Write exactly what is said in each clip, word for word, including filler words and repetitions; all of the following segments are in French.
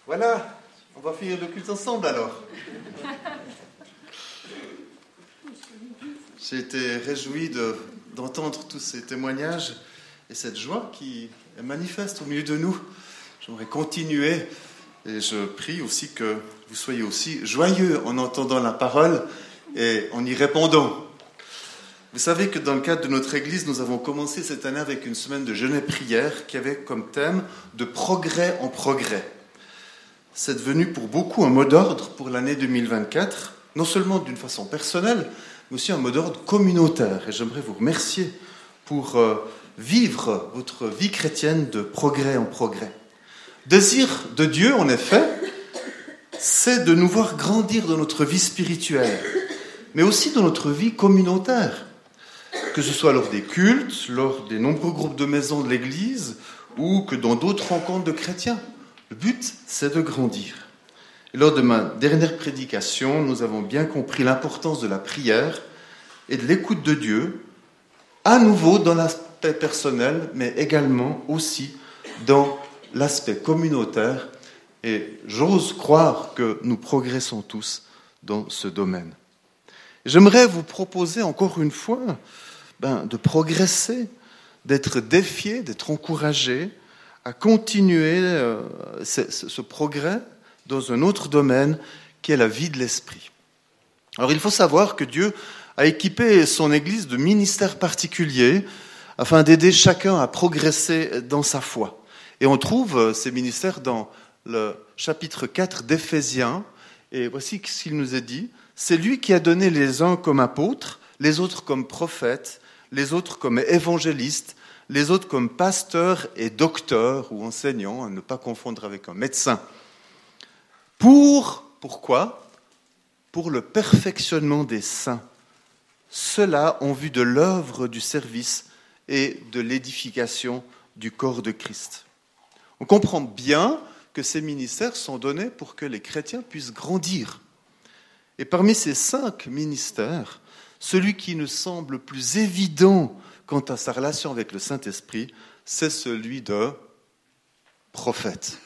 Voilà, on va finir le culte ensemble alors. J'ai été réjoui de, d'entendre tous ces témoignages et cette joie qui est manifeste au milieu de nous. J'aimerais continuer et je prie aussi que vous soyez aussi joyeux en entendant la parole et en y répondant. Vous savez que dans le cadre de notre Église, nous avons commencé cette année avec une semaine de jeûne et prière qui avait comme thème de progrès en progrès. C'est devenu pour beaucoup un mot d'ordre pour l'année deux mille vingt-quatre, non seulement d'une façon personnelle, mais aussi un mot d'ordre communautaire. Et j'aimerais vous remercier pour euh, vivre votre vie chrétienne de progrès en progrès. Désir de Dieu, en effet, c'est de nous voir grandir dans notre vie spirituelle, mais aussi dans notre vie communautaire. Que ce soit lors des cultes, lors des nombreux groupes de maisons de l'Église, ou que dans d'autres rencontres de chrétiens. Le but, c'est de grandir. Et lors de ma dernière prédication, nous avons bien compris l'importance de la prière et de l'écoute de Dieu, à nouveau dans l'aspect personnel, mais également aussi dans l'aspect communautaire. Et j'ose croire que nous progressons tous dans ce domaine. J'aimerais vous proposer encore une fois ben, de progresser, d'être défié, d'être encouragé à continuer euh, ce, ce progrès dans un autre domaine qui est la vie de l'esprit. Alors il faut savoir que Dieu a équipé son Église de ministères particuliers afin d'aider chacun à progresser dans sa foi. Et on trouve ces ministères dans le chapitre quatre d'Éphésiens. Et voici ce qu'il nous est dit. C'est lui qui a donné les uns comme apôtres, les autres comme prophètes, les autres comme évangélistes, les autres comme pasteurs et docteurs ou enseignants, à ne pas confondre avec un médecin. Pour, pourquoi ? Pour le perfectionnement des saints. Ceux-là en vue de l'œuvre du service et de l'édification du corps de Christ. On comprend bien que ces ministères sont donnés pour que les chrétiens puissent grandir. Et parmi ces cinq ministères, celui qui nous semble le plus évident quant à sa relation avec le Saint-Esprit, c'est celui de prophète.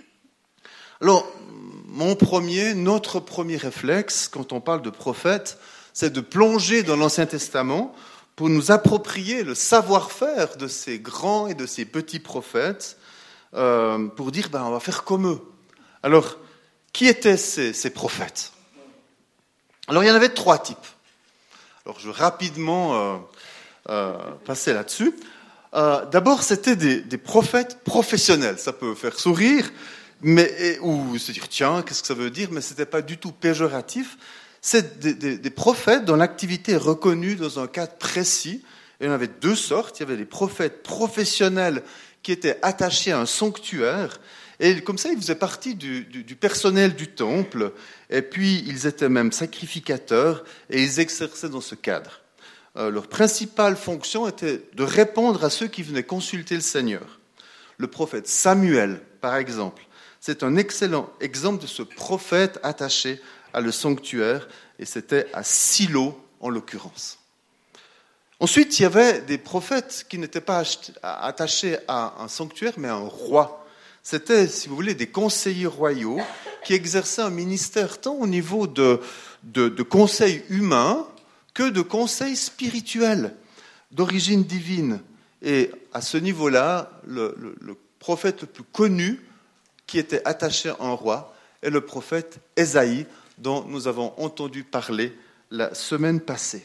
Alors, mon premier, notre premier réflexe, quand on parle de prophète, c'est de plonger dans l'Ancien Testament pour nous approprier le savoir-faire de ces grands et de ces petits prophètes, euh, pour dire, ben, on va faire comme eux. Alors, qui étaient ces, ces prophètes ? Alors, il y en avait trois types. Alors, je vais rapidement euh, euh, passer là-dessus. Euh, d'abord, c'était des, des prophètes professionnels. Ça peut faire sourire, mais, et, ou se dire, tiens, qu'est-ce que ça veut dire ? Mais ce n'était pas du tout péjoratif. C'est des, des, des prophètes dont l'activité est reconnue dans un cadre précis. Et il y en avait deux sortes. Il y avait les prophètes professionnels qui étaient attachés à un sanctuaire. Et comme ça, ils faisaient partie du, du, du personnel du temple. Et puis, ils étaient même sacrificateurs et ils exerçaient dans ce cadre. Euh, leur principale fonction était de répondre à ceux qui venaient consulter le Seigneur. Le prophète Samuel, par exemple, c'est un excellent exemple de ce prophète attaché à le sanctuaire. Et c'était à Silo, en l'occurrence. Ensuite, il y avait des prophètes qui n'étaient pas attachés à un sanctuaire, mais à un roi. C'était, si vous voulez, des conseillers royaux qui exerçaient un ministère tant au niveau de, de, de conseils humains que de conseils spirituels, d'origine divine. Et à ce niveau-là, le, le, le prophète le plus connu qui était attaché à un roi est le prophète Ésaïe, dont nous avons entendu parler la semaine passée.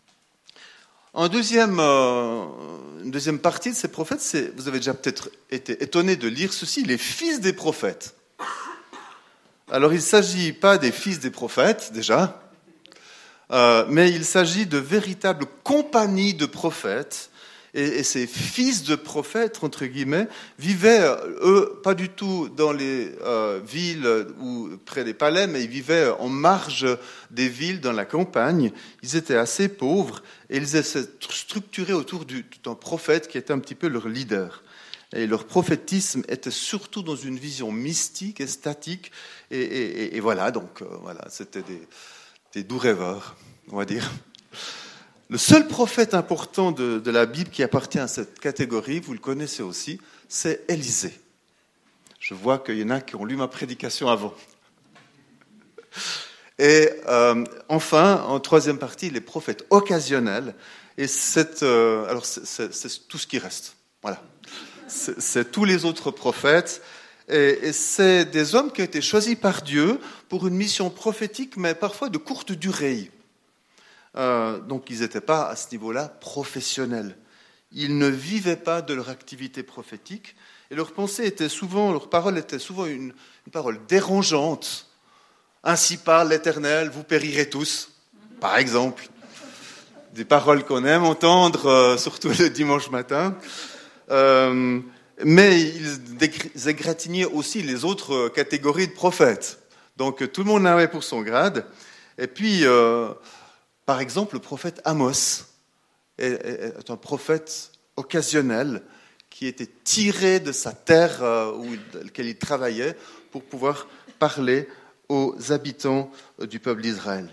Un deuxième, euh, une deuxième partie de ces prophètes, c'est, vous avez déjà peut-être été étonné de lire ceci, les fils des prophètes. Alors il ne s'agit pas des fils des prophètes, déjà, euh, mais il s'agit de véritables compagnies de prophètes. Et, et ces fils de prophètes, entre guillemets, vivaient, eux, pas du tout dans les euh, villes ou près des palais, mais ils vivaient en marge des villes, dans la campagne. Ils étaient assez pauvres et ils étaient structurés autour du, d'un prophète qui était un petit peu leur leader. Et leur prophétisme était surtout dans une vision mystique et statique. Et, et, et voilà, donc, euh, voilà, c'était des, des doux rêveurs, on va dire. Le seul prophète important de, de la Bible qui appartient à cette catégorie, vous le connaissez aussi, c'est Élisée. Je vois qu'il y en a qui ont lu ma prédication avant. Et euh, enfin, en troisième partie, les prophètes occasionnels. Et c'est, euh, alors c'est, c'est, c'est tout ce qui reste. Voilà. C'est, c'est tous les autres prophètes. Et, et c'est des hommes qui ont été choisis par Dieu pour une mission prophétique, mais parfois de courte durée. Euh, donc ils n'étaient pas à ce niveau-là professionnels. Ils ne vivaient pas de leur activité prophétique. Et leur pensée était souvent, leur parole était souvent une, une parole dérangeante. Ainsi parle l'Éternel, vous périrez tous, par exemple. Des paroles qu'on aime entendre, euh, surtout le dimanche matin. Euh, mais ils égratignaient aussi les autres catégories de prophètes. Donc tout le monde en avait pour son grade. Et puis, euh, par exemple, le prophète Amos est, est un prophète occasionnel qui était tiré de sa terre euh, où, dans laquelle il travaillait pour pouvoir parler aux habitants du peuple d'Israël.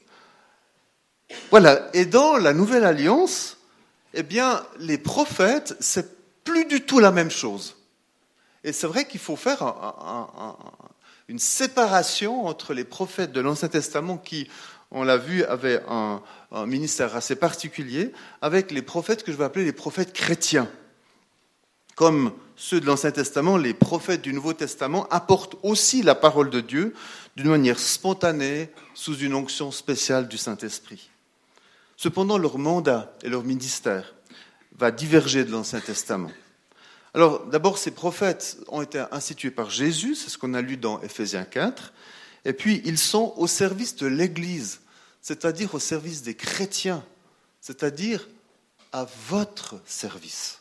Voilà. Et dans la Nouvelle Alliance, eh bien, les prophètes, c'est plus du tout la même chose. Et c'est vrai qu'il faut faire un, un, un, une séparation entre les prophètes de l'Ancien Testament qui, on l'a vu, avaient un, un ministère assez particulier, avec les prophètes que je vais appeler les prophètes chrétiens. Comme ceux de l'Ancien Testament, les prophètes du Nouveau Testament apportent aussi la parole de Dieu d'une manière spontanée, sous une onction spéciale du Saint-Esprit. Cependant, leur mandat et leur ministère va diverger de l'Ancien Testament. Alors, d'abord, ces prophètes ont été institués par Jésus, c'est ce qu'on a lu dans Éphésiens quatre, et puis ils sont au service de l'Église, c'est-à-dire au service des chrétiens, c'est-à-dire à votre service.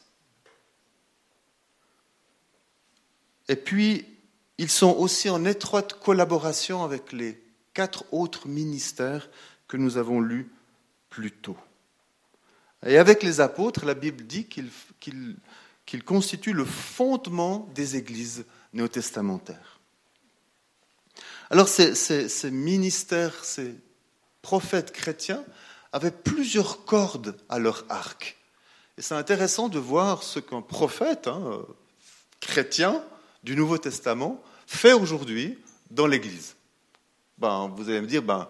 Et puis, ils sont aussi en étroite collaboration avec les quatre autres ministères que nous avons lus plus tôt. Et avec les apôtres, la Bible dit qu'ils, qu'ils, qu'ils constituent le fondement des églises néotestamentaires. Alors ces, ces, ces ministères, ces prophètes chrétiens avaient plusieurs cordes à leur arc. Et c'est intéressant de voir ce qu'un prophète hein, chrétien du Nouveau Testament fait aujourd'hui dans l'Église. Ben, vous allez me dire, ben,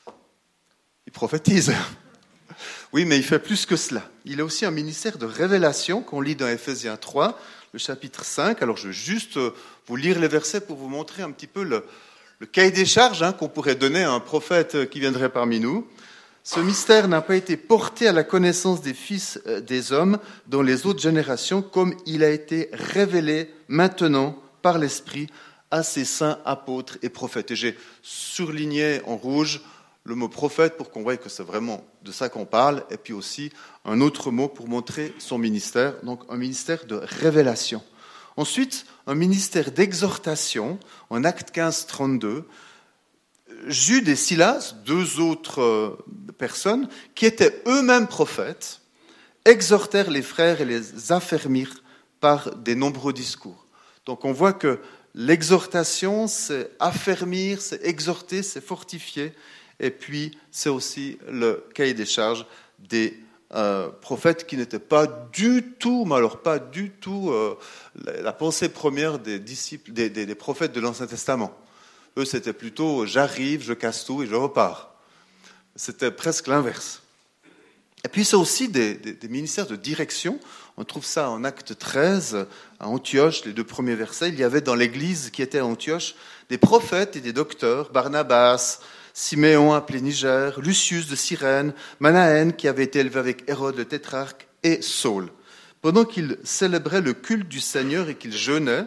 il prophétise. Oui, mais il fait plus que cela. Il a aussi un ministère de révélation qu'on lit dans Éphésiens trois, le chapitre cinq. Alors, je vais juste vous lire les versets pour vous montrer un petit peu le, le cahier des charges hein, qu'on pourrait donner à un prophète qui viendrait parmi nous. Ce mystère n'a pas été porté à la connaissance des fils des hommes dans les autres générations, comme il a été révélé maintenant par l'Esprit à ses saints apôtres et prophètes. Et j'ai surligné en rouge le mot prophète pour qu'on voie que c'est vraiment de ça qu'on parle, et puis aussi un autre mot pour montrer son ministère, donc un ministère de révélation. Ensuite, un ministère d'exhortation, en Actes quinze, trente-deux, Jude et Silas, deux autres personnes, qui étaient eux-mêmes prophètes, exhortèrent les frères et les affermirent par des nombreux discours. Donc on voit que l'exhortation, c'est affermir, c'est exhorter, c'est fortifier, et puis c'est aussi le cahier des charges des euh, prophètes qui n'étaient pas du tout, mais alors pas du tout euh, la, la pensée première des disciples, des, des, des prophètes de l'Ancien Testament. Eux, c'était plutôt j'arrive, je casse tout et je repars. C'était presque l'inverse. Et puis c'est aussi des, des, des ministères de direction. On trouve ça en Acte treize, à Antioche, les deux premiers versets. Il y avait dans l'église qui était à Antioche des prophètes et des docteurs, Barnabas, Siméon appelé Niger, Lucius de Cyrène, Manaën qui avait été élevé avec Hérode le tétrarque et Saul. Pendant qu'ils célébraient le culte du Seigneur et qu'ils jeûnaient,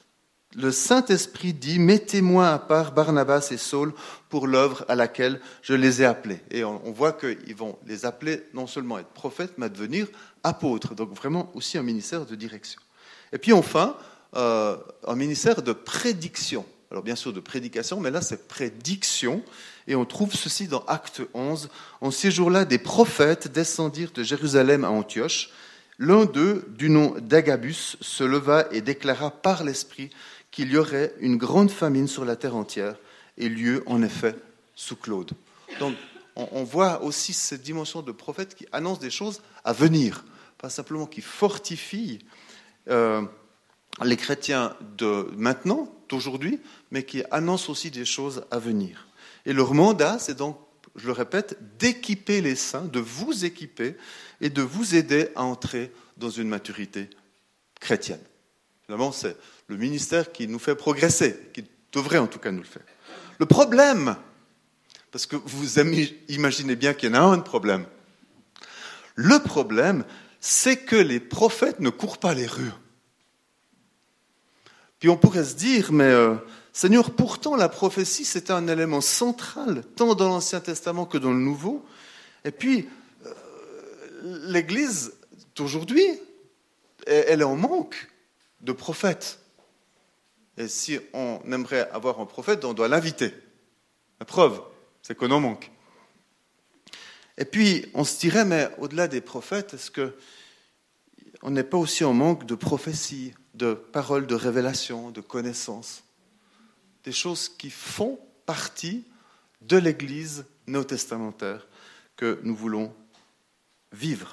le Saint-Esprit dit « Mettez-moi à part Barnabas et Saul pour l'œuvre à laquelle je les ai appelés. » Et on, on voit qu'ils vont les appeler non seulement à être prophètes, mais à devenir apôtres. Donc vraiment aussi un ministère de direction. Et puis enfin, euh, un ministère de prédiction. Alors bien sûr de prédication, mais là c'est prédiction. Et on trouve ceci dans Acte onze. En ces jours-là, des prophètes descendirent de Jérusalem à Antioche. L'un d'eux, du nom d'Agabus, se leva et déclara par l'Esprit qu'il y aurait une grande famine sur la terre entière, et lieu en effet sous Claude. Donc on, on voit aussi cette dimension de prophète qui annonce des choses à venir, pas simplement qui fortifie. Euh, les chrétiens de maintenant, d'aujourd'hui, mais qui annoncent aussi des choses à venir. Et leur mandat, c'est donc, je le répète, d'équiper les saints, de vous équiper et de vous aider à entrer dans une maturité chrétienne. Finalement, c'est le ministère qui nous fait progresser, qui devrait en tout cas nous le faire. Le problème, parce que vous imaginez bien qu'il y en a un problème, le problème, c'est que les prophètes ne courent pas les rues. Puis on pourrait se dire, mais euh, Seigneur, pourtant la prophétie, c'était un élément central, tant dans l'Ancien Testament que dans le Nouveau. Et puis, euh, l'Église d'aujourd'hui, elle est en manque de prophètes. Et si on aimerait avoir un prophète, on doit l'inviter. La preuve, c'est qu'on en manque. Et puis, on se dirait, mais au-delà des prophètes, est-ce qu'on n'est pas aussi en manque de prophéties, de paroles de révélation, de connaissances, des choses qui font partie de l'Église néo-testamentaire que nous voulons vivre.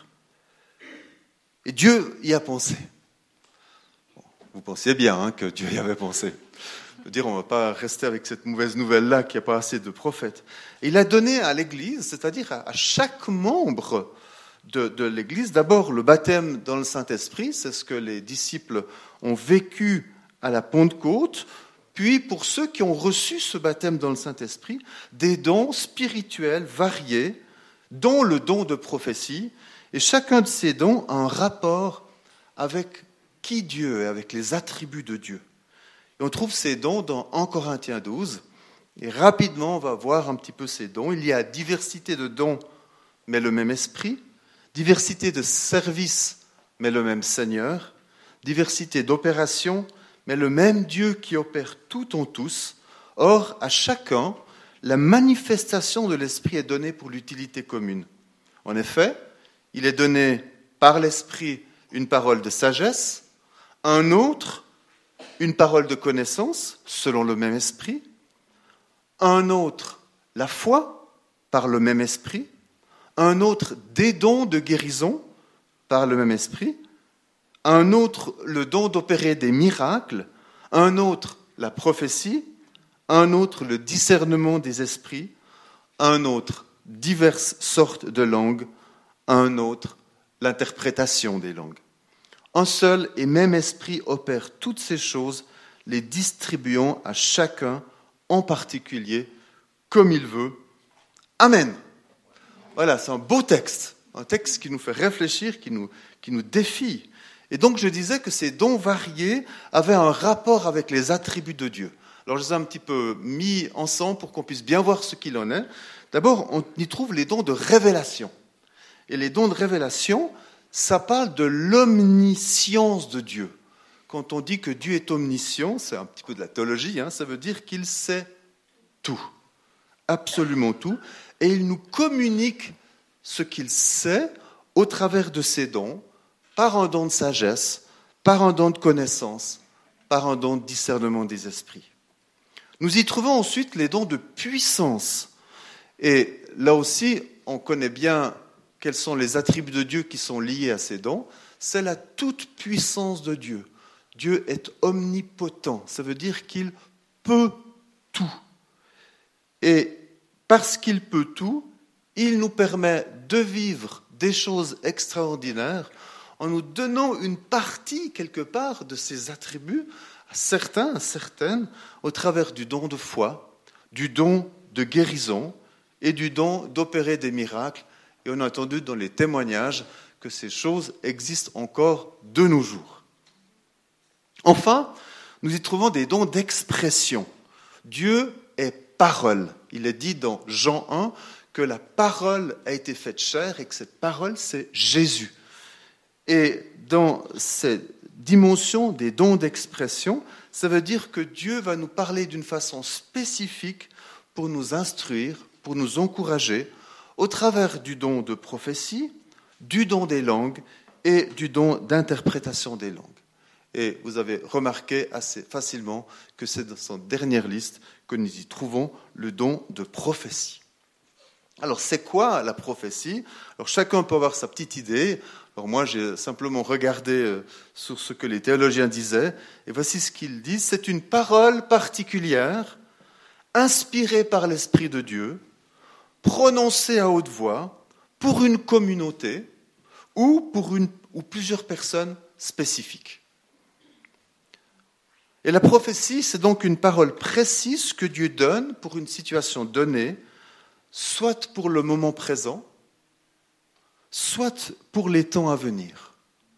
Et Dieu y a pensé. Bon, vous pensiez bien hein, que Dieu y avait pensé. Je veux dire, on ne va pas rester avec cette mauvaise nouvelle-là qu'il n'y a pas assez de prophètes. Et il a donné à l'Église, c'est-à-dire à chaque membre de, de l'Église, d'abord le baptême dans le Saint-Esprit, c'est ce que les disciples ont vécu à la Pentecôte, puis pour ceux qui ont reçu ce baptême dans le Saint-Esprit, des dons spirituels variés, dont le don de prophétie, et chacun de ces dons a un rapport avec qui Dieu est, avec les attributs de Dieu. Et on trouve ces dons dans un Corinthiens douze, et rapidement on va voir un petit peu ces dons. Il y a diversité de dons, mais le même esprit, diversité de services, mais le même Seigneur, diversité d'opérations, mais le même Dieu qui opère tout en tous. Or, à chacun, la manifestation de l'Esprit est donnée pour l'utilité commune. En effet, il est donné par l'Esprit une parole de sagesse, un autre une parole de connaissance, selon le même esprit, un autre la foi, par le même esprit, un autre des dons de guérison, par le même esprit, un autre le don d'opérer des miracles, un autre la prophétie, un autre le discernement des esprits, un autre diverses sortes de langues, un autre l'interprétation des langues. Un seul et même esprit opère toutes ces choses, les distribuant à chacun en particulier comme il veut. Amen. Voilà, c'est un beau texte, un texte qui nous fait réfléchir, qui nous, qui nous défie. Et donc je disais que ces dons variés avaient un rapport avec les attributs de Dieu. Alors je les ai un petit peu mis ensemble pour qu'on puisse bien voir ce qu'il en est. D'abord, on y trouve les dons de révélation. Et les dons de révélation, ça parle de l'omniscience de Dieu. Quand on dit que Dieu est omniscient, c'est un petit peu de la théologie, hein, ça veut dire qu'il sait tout, absolument tout, et il nous communique ce qu'il sait au travers de ses dons, par un don de sagesse, par un don de connaissance, par un don de discernement des esprits. Nous y trouvons ensuite les dons de puissance. Et là aussi, on connaît bien quels sont les attributs de Dieu qui sont liés à ces dons. C'est la toute-puissance de Dieu. Dieu est omnipotent. Ça veut dire qu'il peut tout. Et parce qu'il peut tout, il nous permet de vivre des choses extraordinaires en nous donnant une partie, quelque part, de ces attributs à certains, à certaines, au travers du don de foi, du don de guérison et du don d'opérer des miracles. Et on a entendu dans les témoignages que ces choses existent encore de nos jours. Enfin, nous y trouvons des dons d'expression. Dieu est parole. Il est dit dans Jean un que la parole a été faite chair et que cette parole, c'est Jésus. Et dans cette dimension des dons d'expression, ça veut dire que Dieu va nous parler d'une façon spécifique pour nous instruire, pour nous encourager, au travers du don de prophétie, du don des langues et du don d'interprétation des langues. Et vous avez remarqué assez facilement que c'est dans cette dernière liste que nous y trouvons le don de prophétie. Alors, c'est quoi la prophétie ? Alors, chacun peut avoir sa petite idée. Alors moi, j'ai simplement regardé sur ce que les théologiens disaient, et voici ce qu'ils disent. C'est une parole particulière, inspirée par l'Esprit de Dieu, prononcée à haute voix, pour une communauté ou pour une ou plusieurs personnes spécifiques. Et la prophétie, c'est donc une parole précise que Dieu donne pour une situation donnée, soit pour le moment présent, soit pour les temps à venir.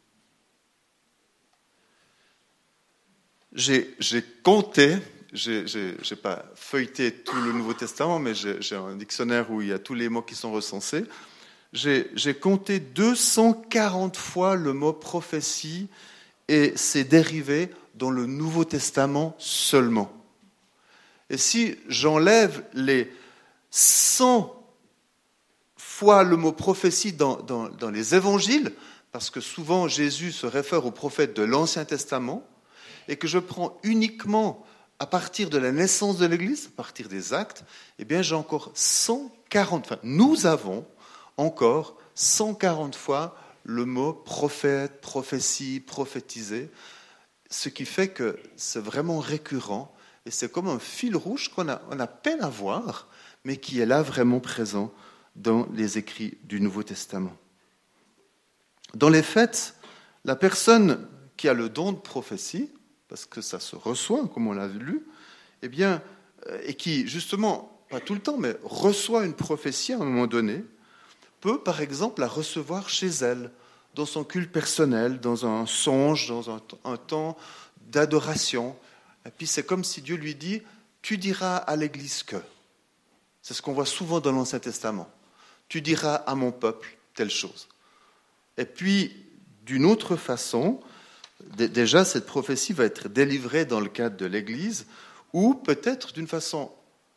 J'ai, j'ai compté, j'ai, j'ai, j'ai pas feuilleté tout le Nouveau Testament, mais j'ai, j'ai un dictionnaire où il y a tous les mots qui sont recensés. J'ai, j'ai compté deux cent quarante fois le mot prophétie et ses dérivés dans le Nouveau Testament seulement. Et si j'enlève les cent fois le mot prophétie dans, dans, dans les évangiles, parce que souvent Jésus se réfère aux prophètes de l'Ancien Testament, et que je prends uniquement à partir de la naissance de l'Église, à partir des actes, eh bien j'ai encore cent quarante, enfin nous avons encore cent quarante fois le mot prophète, prophétie, prophétiser, ce qui fait que c'est vraiment récurrent, et c'est comme un fil rouge qu'on a, on a peine à voir, mais qui est là vraiment présent dans les écrits du Nouveau Testament. Dans les faits, la personne qui a le don de prophétie, parce que ça se reçoit, comme on l'a lu, eh bien, et qui, justement, pas tout le temps, mais reçoit une prophétie à un moment donné, peut, par exemple, la recevoir chez elle, dans son culte personnel, dans un songe, dans un, un temps d'adoration. Et puis c'est comme si Dieu lui dit « Tu diras à l'Église que ». C'est ce qu'on voit souvent dans l'Ancien Testament. « Tu diras à mon peuple telle chose ». Et puis, d'une autre façon, d- déjà cette prophétie va être délivrée dans le cadre de l'Église, ou peut-être d'une façon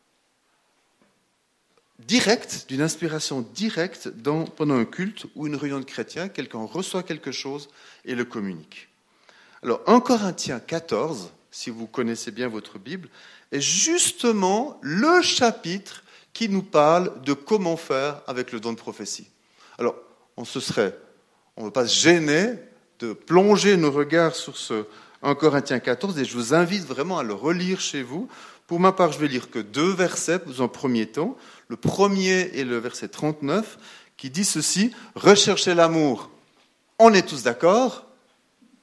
directe, d'une inspiration directe dans, pendant un culte ou une réunion de chrétiens, quelqu'un reçoit quelque chose et le communique. Alors, un Corinthiens quatorze, si vous connaissez bien votre Bible, est justement le chapitre qui nous parle de comment faire avec le don de prophétie. Alors, on se serait, on ne veut pas se gêner de plonger nos regards sur ce un Corinthiens quatorze, et je vous invite vraiment à le relire chez vous. Pour ma part, je vais lire que deux versets dans un premier temps. Le premier est le verset trente-neuf, qui dit ceci, « Recherchez l'amour. » On est tous d'accord ? Non ?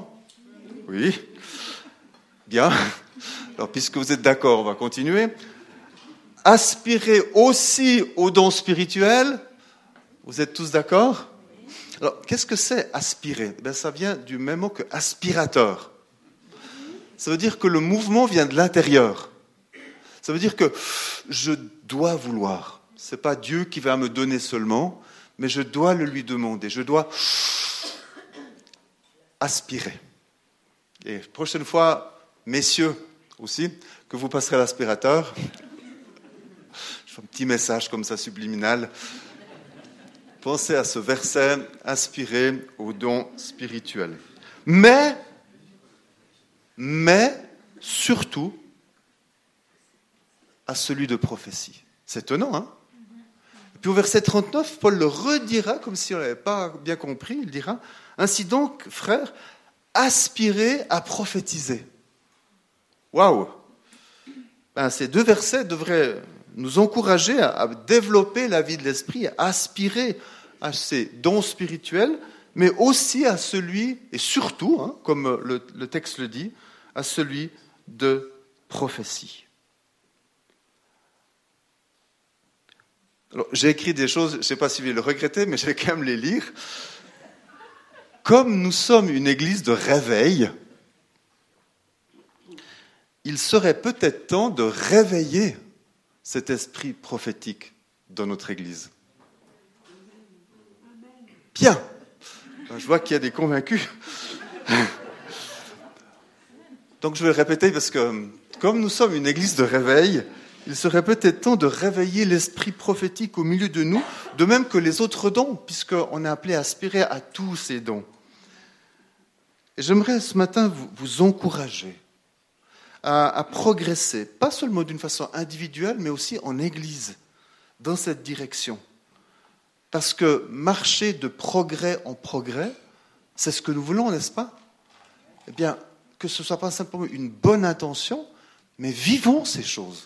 Oui. Bien. Alors, puisque vous êtes d'accord, on va continuer. « Aspirez aussi aux dons spirituels. » Vous êtes tous d'accord ? Alors, qu'est-ce que c'est aspirer ? Eh bien, ça vient du même mot que aspirateur. Ça veut dire que le mouvement vient de l'intérieur. Ça veut dire que je dois vouloir. Ce n'est pas Dieu qui va me donner seulement, mais je dois le lui demander. Je dois aspirer. Et prochaine fois, messieurs aussi, que vous passerez l'aspirateur, je fais un petit message comme ça subliminal. Pensez à ce verset, aspirer aux dons spirituels. Mais, mais, surtout, à celui de prophétie. C'est étonnant, hein ? Et puis au verset trente-neuf, Paul le redira, comme si on ne l'avait pas bien compris, il dira, « Ainsi donc, frères, aspirez à prophétiser. » Waouh ! Ben, ces deux versets devraient nous encourager à, à développer la vie de l'esprit, à aspirer à ces dons spirituels, mais aussi à celui, et surtout, hein, comme le, le texte le dit, à celui de prophétie. Alors, j'ai écrit des choses, je ne sais pas si vous le regrettez, mais je vais quand même les lire. Comme nous sommes une église de réveil, il serait peut-être temps de réveiller cet esprit prophétique dans notre église. Bien. Je vois qu'il y a des convaincus. Donc je vais le répéter parce que comme nous sommes une église de réveil, il serait peut-être temps de réveiller l'esprit prophétique au milieu de nous, de même que les autres dons, puisqu'on est appelé à aspirer à tous ces dons. Et j'aimerais ce matin vous, vous encourager à, à progresser, pas seulement d'une façon individuelle, mais aussi en église, dans cette direction. Parce que marcher de progrès en progrès, c'est ce que nous voulons, n'est-ce pas? Eh bien, que ce ne soit pas simplement une bonne intention, mais vivons ces choses.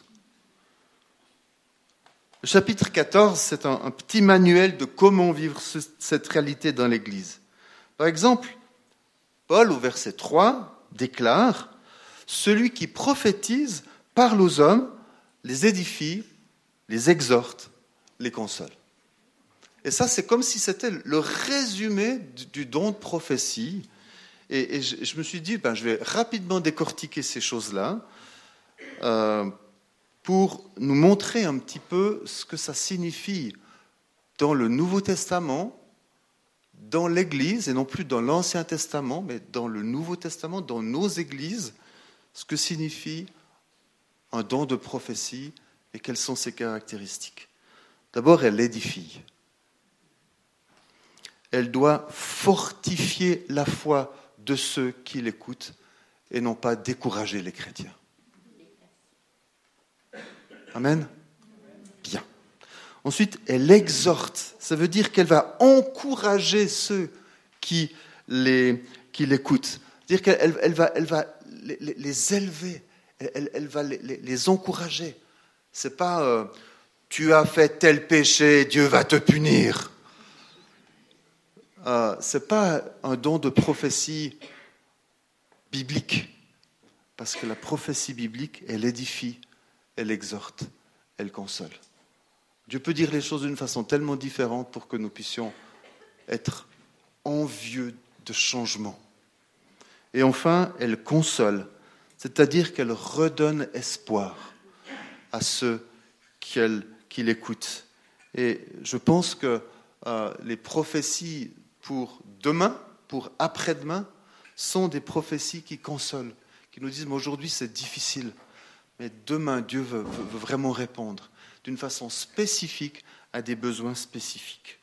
Le chapitre quatorze, c'est un, un petit manuel de comment vivre ce, cette réalité dans l'Église. Par exemple, Paul, au verset trois, déclare « Celui qui prophétise parle aux hommes, les édifie, les exhorte, les console. » Et ça, c'est comme si c'était le résumé du, du don de prophétie. Et, et je, je me suis dit, ben, je vais rapidement décortiquer ces choses-là euh, pour nous montrer un petit peu ce que ça signifie dans le Nouveau Testament, dans l'Église, et non plus dans l'Ancien Testament, mais dans le Nouveau Testament, dans nos églises, ce que signifie un don de prophétie et quelles sont ses caractéristiques. D'abord, elle édifie. Elle doit fortifier la foi de ceux qui l'écoutent et non pas décourager les chrétiens. Amen? Bien. Ensuite, elle exhorte. Ça veut dire qu'elle va encourager ceux qui, les, qui l'écoutent. C'est-à-dire qu'elle elle va, elle va les, les élever. Elle, elle va les, les, les encourager. C'est pas euh, « tu as fait tel péché, Dieu va te punir ». Euh, ce n'est pas un don de prophétie biblique, parce que la prophétie biblique, elle édifie, elle exhorte, elle console. Dieu peut dire les choses d'une façon tellement différente pour que nous puissions être envieux de changement. Et enfin, elle console, c'est-à-dire qu'elle redonne espoir à ceux qui, elle, qui l'écoutent. Et je pense que euh, les prophéties pour demain, pour après-demain, sont des prophéties qui consolent, qui nous disent, mais aujourd'hui c'est difficile, mais demain Dieu veut, veut, veut vraiment répondre d'une façon spécifique à des besoins spécifiques.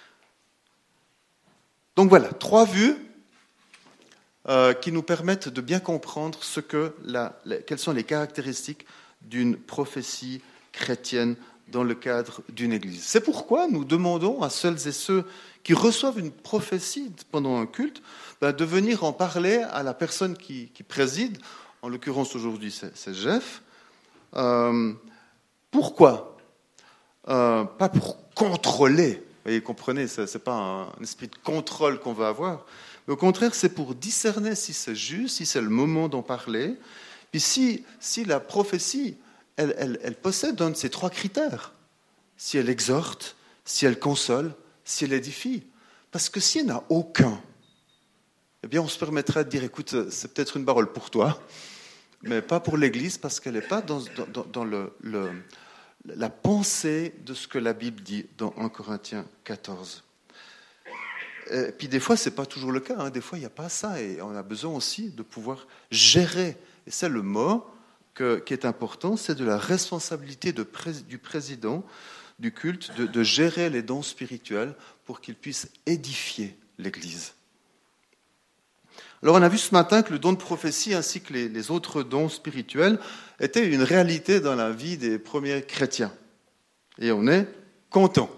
Donc voilà, trois vues euh, qui nous permettent de bien comprendre ce que la, la, quelles sont les caractéristiques d'une prophétie chrétienne dans le cadre d'une église. C'est pourquoi nous demandons à celles et ceux qui reçoivent une prophétie pendant un culte ben, de venir en parler à la personne qui, qui préside. En l'occurrence, aujourd'hui, c'est, c'est Jeff. Euh, pourquoi euh, Pas pour contrôler. Vous voyez, comprenez, ce n'est pas un, un esprit de contrôle qu'on va avoir. Mais au contraire, c'est pour discerner si c'est juste, si c'est le moment d'en parler. Puis si, si la prophétie, elle, elle, elle possède un de ces trois critères. Si elle exhorte, si elle console, si elle édifie. Parce que si elle n'a aucun, eh bien on se permettrait de dire, écoute, c'est peut-être une parole pour toi, mais pas pour l'Église, parce qu'elle n'est pas dans, dans, dans le, le, la pensée de ce que la Bible dit dans un Corinthiens quatorze. Et puis des fois, ce n'est pas toujours le cas. Hein. Des fois, il n'y a pas ça. Et on a besoin aussi de pouvoir gérer. Et c'est le mot que, qui est important, c'est de la responsabilité de pré, du président du culte de, de gérer les dons spirituels pour qu'ils puissent édifier l'Église. Alors on a vu ce matin que le don de prophétie ainsi que les, les autres dons spirituels étaient une réalité dans la vie des premiers chrétiens. Et on est content.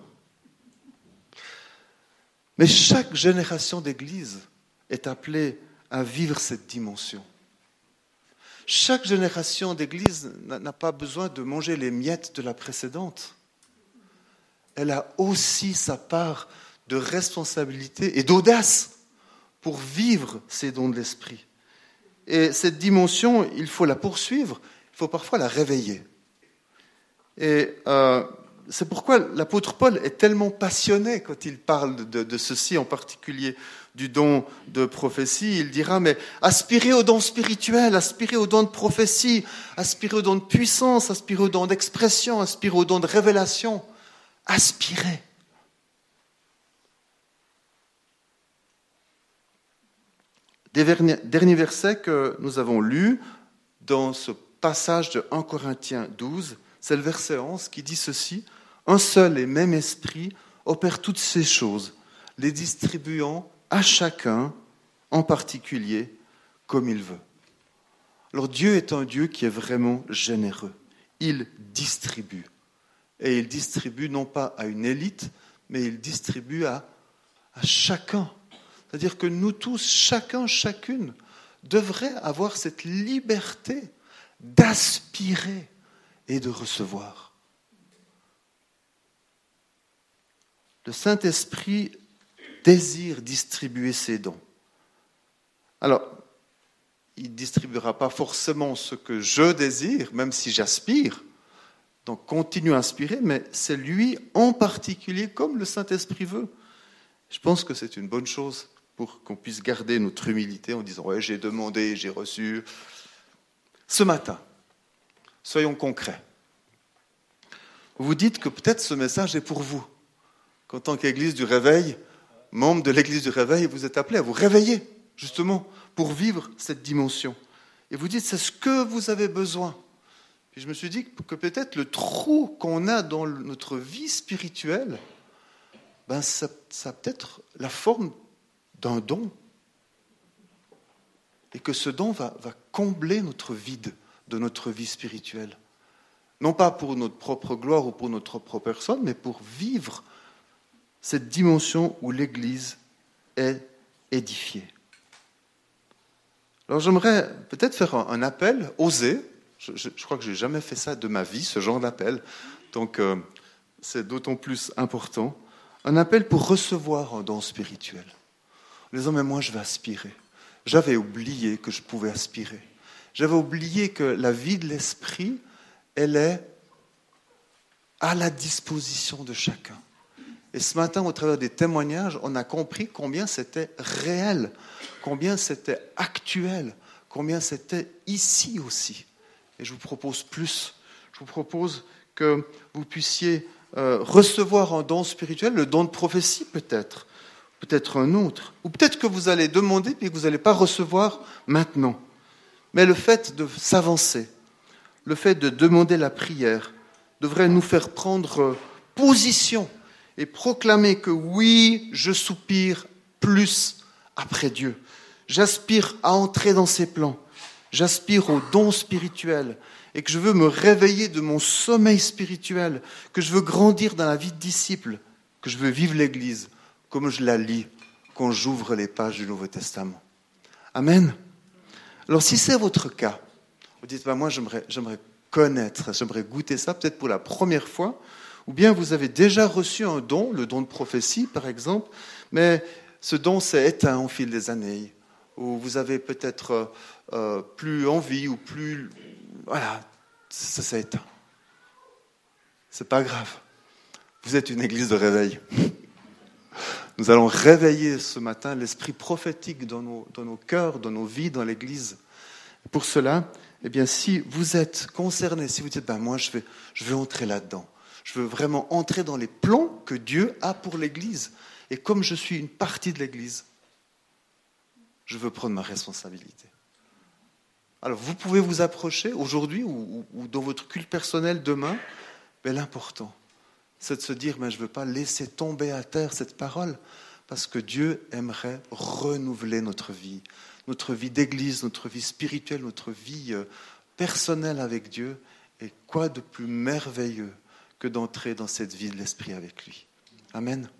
Mais chaque génération d'Église est appelée à vivre cette dimension. Chaque génération d'Église n'a pas besoin de manger les miettes de la précédente. Elle a aussi sa part de responsabilité et d'audace pour vivre ces dons de l'esprit. Et cette dimension, il faut la poursuivre, il faut parfois la réveiller. Et euh, c'est pourquoi l'apôtre Paul est tellement passionné quand il parle de, de ceci, en particulier du don de prophétie. Il dira, mais aspirez au don spirituel, aspirez au don de prophétie, aspirez au don de puissance, aspirez au don d'expression, aspirez au don de révélation. Aspirez. Dernier verset que nous avons lu dans ce passage de un Corinthiens douze, c'est le verset onze qui dit ceci, « Un seul et même esprit opère toutes ces choses, les distribuant à chacun, en particulier, comme il veut. » Alors Dieu est un Dieu qui est vraiment généreux. Il distribue. Et il distribue non pas à une élite, mais il distribue à, à chacun. C'est-à-dire que nous tous, chacun, chacune, devrait avoir cette liberté d'aspirer et de recevoir. Le Saint-Esprit désire distribuer ses dons. Alors, il ne distribuera pas forcément ce que je désire, même si j'aspire. Donc, continue à aspirer, mais c'est lui en particulier, comme le Saint-Esprit veut. Je pense que c'est une bonne chose pour qu'on puisse garder notre humilité en disant « Ouais, j'ai demandé, j'ai reçu. » Ce matin, soyons concrets. Vous vous dites que peut-être ce message est pour vous, qu'en tant qu'Église du Réveil, membre de l'Église du Réveil, vous êtes appelés à vous réveiller, justement, pour vivre cette dimension. Et vous dites, c'est ce que vous avez besoin. Puis je me suis dit que peut-être le trou qu'on a dans notre vie spirituelle, ben ça, ça a peut-être la forme d'un don. Et que ce don va, va combler notre vide de notre vie spirituelle. Non pas pour notre propre gloire ou pour notre propre personne, mais pour vivre cette dimension où l'Église est édifiée. Alors j'aimerais peut-être faire un, un appel, oser. Je, je, je crois que je n'ai jamais fait ça de ma vie, ce genre d'appel. Donc euh, c'est d'autant plus important. Un appel pour recevoir un don spirituel. En disant, mais moi je vais aspirer. J'avais oublié que je pouvais aspirer. J'avais oublié que la vie de l'esprit, elle est à la disposition de chacun. Et ce matin, au travers des témoignages, on a compris combien c'était réel, combien c'était actuel, combien c'était ici aussi. Et je vous propose plus. Je vous propose que vous puissiez euh, recevoir un don spirituel, le don de prophétie peut-être, peut-être un autre. Ou peut-être que vous allez demander et que vous n'allez pas recevoir maintenant. Mais le fait de s'avancer, le fait de demander la prière, devrait nous faire prendre position et proclamer que oui, je soupire plus après Dieu. J'aspire à entrer dans ses plans. J'aspire au don spirituel et que je veux me réveiller de mon sommeil spirituel, que je veux grandir dans la vie de disciple, que je veux vivre l'Église comme je la lis quand j'ouvre les pages du Nouveau Testament. Amen. Alors si c'est votre cas, vous dites, bah, moi j'aimerais, j'aimerais connaître, j'aimerais goûter ça peut-être pour la première fois, ou bien vous avez déjà reçu un don, le don de prophétie par exemple, mais ce don s'est éteint au fil des années, ou vous avez peut-être euh, plus envie, ou plus... Voilà, ça s'est éteint. C'est pas grave. Vous êtes une église de réveil. Nous allons réveiller ce matin l'esprit prophétique dans nos, dans nos cœurs, dans nos vies, dans l'église. Pour cela, eh bien, si vous êtes concerné, si vous dites, ben, moi, je vais, je veux entrer là-dedans. Je veux vraiment entrer dans les plans que Dieu a pour l'église. Et comme je suis une partie de l'église, je veux prendre ma responsabilité. Alors, vous pouvez vous approcher aujourd'hui ou, ou, ou dans votre culte personnel demain, mais l'important, c'est de se dire, mais je ne veux pas laisser tomber à terre cette parole, parce que Dieu aimerait renouveler notre vie, notre vie d'église, notre vie spirituelle, notre vie personnelle avec Dieu. Et quoi de plus merveilleux que d'entrer dans cette vie de l'esprit avec lui. Amen.